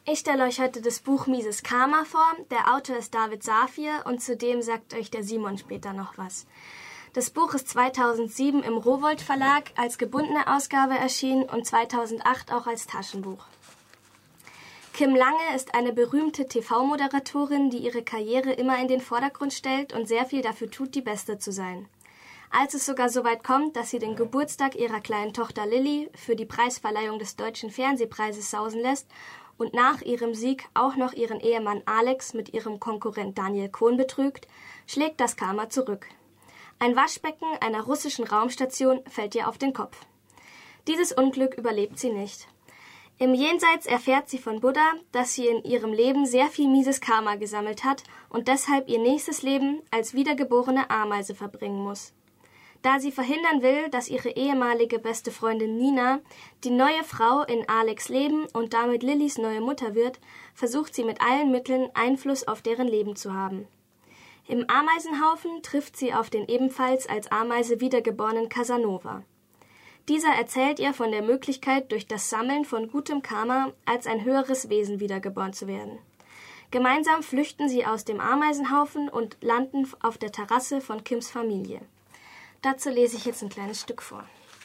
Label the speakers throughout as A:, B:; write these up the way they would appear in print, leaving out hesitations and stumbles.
A: Ich stelle euch heute das Buch Mieses Karma vor. Der Autor ist David Safir und zudem sagt euch der Simon später noch was. Das Buch ist 2007 im Rowohlt Verlag als gebundene Ausgabe erschienen und 2008 auch als Taschenbuch. Kim Lange ist eine berühmte TV-Moderatorin, die ihre Karriere immer in den Vordergrund stellt und sehr viel dafür tut, die Beste zu sein. Als es sogar so weit kommt, dass sie den Geburtstag ihrer kleinen Tochter Lilly für die Preisverleihung des Deutschen Fernsehpreises sausen lässt und nach ihrem Sieg auch noch ihren Ehemann Alex mit ihrem Konkurrent Daniel Cohn betrügt, schlägt das Karma zurück. Ein Waschbecken einer russischen Raumstation fällt ihr auf den Kopf. Dieses Unglück überlebt sie nicht. Im Jenseits erfährt sie von Buddha, dass sie in ihrem Leben sehr viel mieses Karma gesammelt hat und deshalb ihr nächstes Leben als wiedergeborene Ameise verbringen muss. Da sie verhindern will, dass ihre ehemalige beste Freundin Nina die neue Frau in Alex' Leben und damit Lillys neue Mutter wird, versucht sie mit allen Mitteln Einfluss auf deren Leben zu haben. Im Ameisenhaufen trifft sie auf den ebenfalls als Ameise wiedergeborenen Casanova. Dieser erzählt ihr von der Möglichkeit, durch das Sammeln von gutem Karma als ein höheres Wesen wiedergeboren zu werden. Gemeinsam flüchten sie aus dem Ameisenhaufen und landen auf der Terrasse von Kims Familie. Dazu lese ich jetzt ein kleines Stück vor.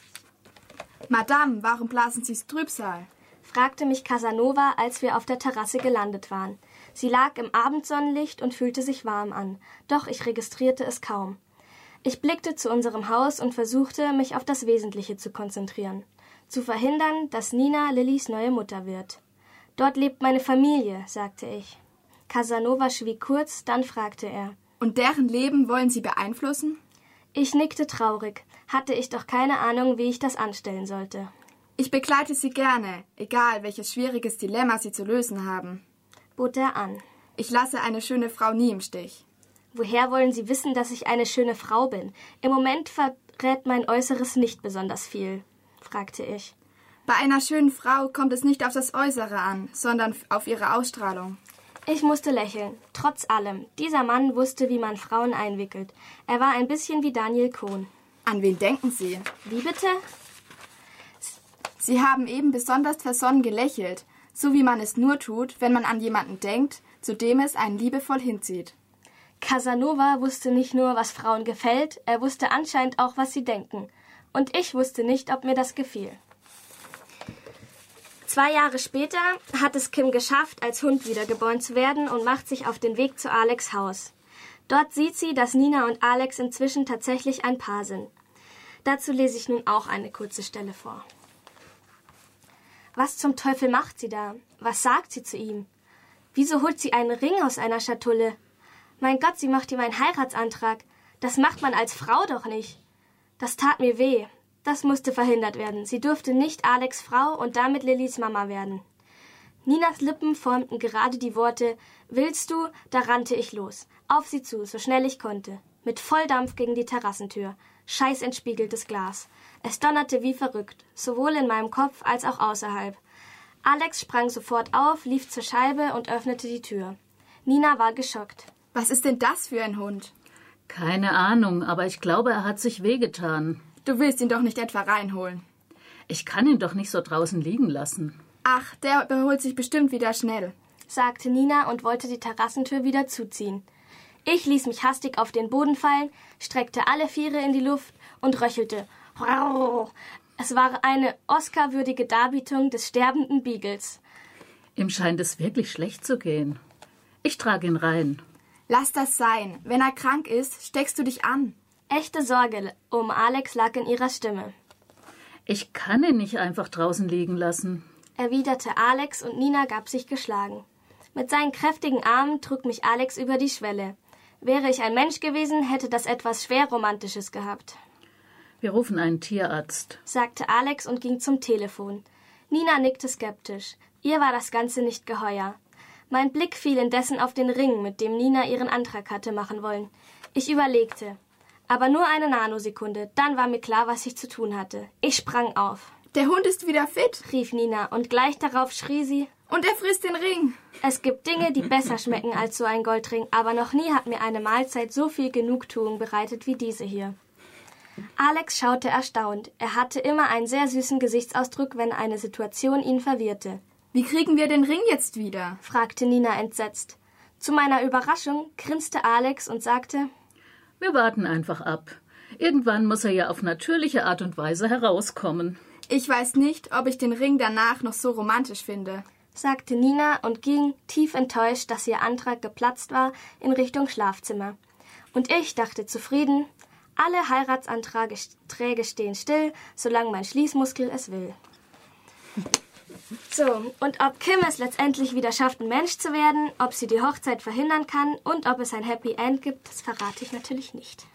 B: Madame, warum blasen Sie's Trübsal?
A: Fragte mich Casanova, als wir auf der Terrasse gelandet waren. Sie lag im Abendsonnenlicht und fühlte sich warm an, doch ich registrierte es kaum. Ich blickte zu unserem Haus und versuchte, mich auf das Wesentliche zu konzentrieren. Zu verhindern, dass Nina Lillys neue Mutter wird. Dort lebt meine Familie, sagte ich. Casanova schwieg kurz, dann fragte er.
B: Und deren Leben wollen Sie beeinflussen?
A: Ich nickte traurig. Hatte ich doch keine Ahnung, wie ich das anstellen sollte.
B: Ich begleite Sie gerne, egal welches schwieriges Dilemma Sie zu lösen haben,
A: bot er an.
B: Ich lasse eine schöne Frau nie im Stich.
A: Woher wollen Sie wissen, dass ich eine schöne Frau bin? Im Moment verrät mein Äußeres nicht besonders viel, fragte ich.
B: Bei einer schönen Frau kommt es nicht auf das Äußere an, sondern auf ihre Ausstrahlung.
A: Ich musste lächeln. Trotz allem, dieser Mann wusste, wie man Frauen einwickelt. Er war ein bisschen wie Daniel Cohn.
B: An wen denken Sie?
A: Wie bitte?
B: Sie haben eben besonders versonnen gelächelt, so wie man es nur tut, wenn man an jemanden denkt, zu dem es einen liebevoll hinzieht.
A: Casanova wusste nicht nur, was Frauen gefällt, er wusste anscheinend auch, was sie denken. Und ich wusste nicht, ob mir das gefiel. 2 Jahre später hat es Kim geschafft, als Hund wiedergeboren zu werden und macht sich auf den Weg zu Alex' Haus. Dort sieht sie, dass Nina und Alex inzwischen tatsächlich ein Paar sind. Dazu lese ich nun auch eine kurze Stelle vor. Was zum Teufel macht sie da? Was sagt sie zu ihm? Wieso holt sie einen Ring aus einer Schatulle? Mein Gott, sie macht ihm einen Heiratsantrag. Das macht man als Frau doch nicht. Das tat mir weh. Das musste verhindert werden. Sie durfte nicht Alex' Frau und damit Lillys Mama werden. Ninas Lippen formten gerade die Worte »Willst du?« Da rannte ich los. Auf sie zu, so schnell ich konnte. Mit Volldampf gegen die Terrassentür. Scheiß entspiegeltes Glas. Es donnerte wie verrückt, sowohl in meinem Kopf als auch außerhalb. Alex sprang sofort auf, lief zur Scheibe und öffnete die Tür. Nina war geschockt.
B: Was ist denn das für ein Hund?
C: Keine Ahnung, aber ich glaube, er hat sich wehgetan.
B: Du willst ihn doch nicht etwa reinholen.
C: Ich kann ihn doch nicht so draußen liegen lassen.
B: Ach, der überholt sich bestimmt wieder schnell,
A: sagte Nina und wollte die Terrassentür wieder zuziehen. Ich ließ mich hastig auf den Boden fallen, streckte alle Viere in die Luft und röchelte. Es war eine Oscar-würdige Darbietung des sterbenden Beagles.
C: Ihm scheint es wirklich schlecht zu gehen. Ich trage ihn rein.
B: Lass das sein. Wenn er krank ist, steckst du dich an.
A: Echte Sorge um Alex lag in ihrer Stimme.
C: Ich kann ihn nicht einfach draußen liegen lassen,
A: erwiderte Alex und Nina gab sich geschlagen. Mit seinen kräftigen Armen trug mich Alex über die Schwelle. Wäre ich ein Mensch gewesen, hätte das etwas schwer Romantisches gehabt.
C: Wir rufen einen Tierarzt,
A: sagte Alex und ging zum Telefon. Nina nickte skeptisch. Ihr war das Ganze nicht geheuer. Mein Blick fiel indessen auf den Ring, mit dem Nina ihren Antrag hatte machen wollen. Ich überlegte. Aber nur eine Nanosekunde, dann war mir klar, was ich zu tun hatte. Ich sprang auf.
B: Der Hund ist wieder fit,
A: rief Nina, und gleich darauf schrie sie,
B: und er frisst den Ring.
A: Es gibt Dinge, die besser schmecken als so ein Goldring, aber noch nie hat mir eine Mahlzeit so viel Genugtuung bereitet wie diese hier. Alex schaute erstaunt. Er hatte immer einen sehr süßen Gesichtsausdruck, wenn eine Situation ihn verwirrte.
B: Wie kriegen wir den Ring jetzt wieder?
A: Fragte Nina entsetzt. Zu meiner Überraschung grinste Alex und sagte:
C: Wir warten einfach ab. Irgendwann muss er ja auf natürliche Art und Weise herauskommen.
B: Ich weiß nicht, ob ich den Ring danach noch so romantisch finde,
A: sagte Nina und ging, tief enttäuscht, dass ihr Antrag geplatzt war, in Richtung Schlafzimmer. Und ich dachte zufrieden: Alle Heiratsanträge stehen still, solange mein Schließmuskel es will. So, und ob Kim es letztendlich wieder schafft, ein Mensch zu werden, ob sie die Hochzeit verhindern kann und ob es ein Happy End gibt, das verrate ich natürlich nicht.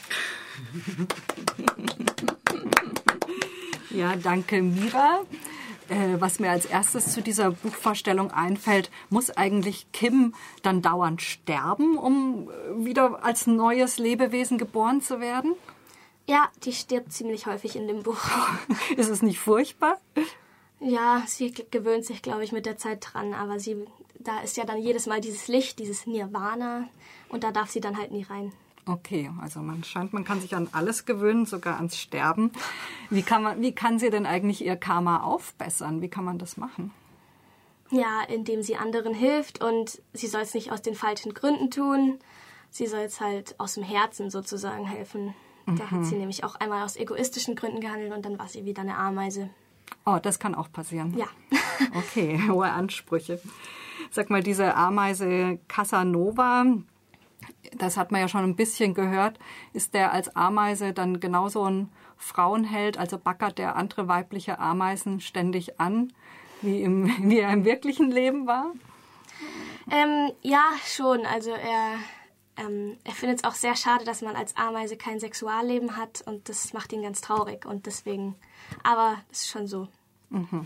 D: Ja, danke, Mira. Was mir als erstes zu dieser Buchvorstellung einfällt, muss eigentlich Kim dann dauernd sterben, um wieder als neues Lebewesen geboren zu werden?
A: Ja, die stirbt ziemlich häufig in dem Buch.
D: Ist es nicht furchtbar?
A: Ja, sie gewöhnt sich, glaube ich, mit der Zeit dran, aber da ist ja dann jedes Mal dieses Licht, dieses Nirvana, und da darf sie dann halt nie rein.
D: Okay, also man kann sich an alles gewöhnen, sogar ans Sterben. Wie kann sie denn eigentlich ihr Karma aufbessern? Wie kann man das machen?
A: Ja, indem sie anderen hilft, und sie soll es nicht aus den falschen Gründen tun. Sie soll es halt aus dem Herzen sozusagen helfen. Da hat sie nämlich auch einmal aus egoistischen Gründen gehandelt und dann war sie wieder eine Ameise.
D: Oh, das kann auch passieren.
A: Ja.
D: Okay, hohe Ansprüche. Sag mal, diese Ameise Casanova, das hat man ja schon ein bisschen gehört, ist der als Ameise dann genauso ein Frauenheld, also baggert der andere weibliche Ameisen ständig an, wie er im wirklichen Leben war?
A: Ja, schon. Also er findet es auch sehr schade, dass man als Ameise kein Sexualleben hat, und das macht ihn ganz traurig und deswegen, aber es ist schon so.
D: Mhm.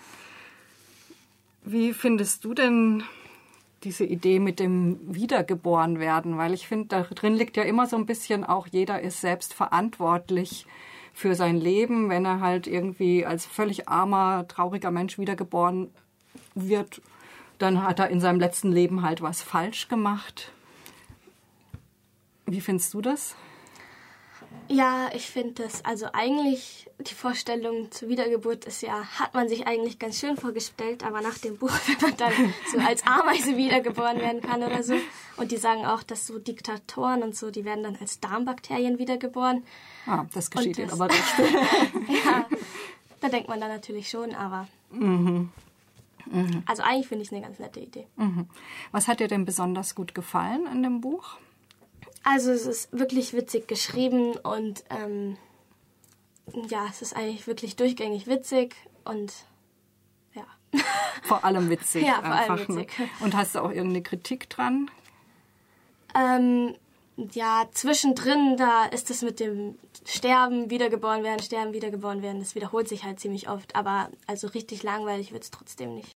D: Wie findest du denn diese Idee mit dem Wiedergeborenwerden? Weil ich finde, da drin liegt ja immer so ein bisschen auch, jeder ist selbst verantwortlich für sein Leben. Wenn er halt irgendwie als völlig armer, trauriger Mensch wiedergeboren wird, dann hat er in seinem letzten Leben halt was falsch gemacht. Wie findest du das?
A: Ja, ich finde das, also eigentlich die Vorstellung zur Wiedergeburt ist ja, hat man sich eigentlich ganz schön vorgestellt, aber nach dem Buch, wenn man dann so als Ameise wiedergeboren werden kann oder so. Und die sagen auch, dass so Diktatoren und so, die werden dann als Darmbakterien wiedergeboren.
D: Ah, das geschieht ihnen aber nicht.
A: Ja, da denkt man dann natürlich schon, aber also eigentlich finde ich es eine ganz nette Idee.
D: Was hat dir denn besonders gut gefallen an dem Buch?
A: Also es ist wirklich witzig geschrieben und ja, es ist eigentlich wirklich durchgängig witzig und ja.
D: Vor allem witzig.
A: Ja, vor allem
D: einfach,
A: witzig.
D: Ne? Und hast du auch irgendeine Kritik dran?
A: Ja, zwischendrin, da ist es mit dem Sterben, wiedergeboren werden, das wiederholt sich halt ziemlich oft, aber also richtig langweilig wird es trotzdem nicht.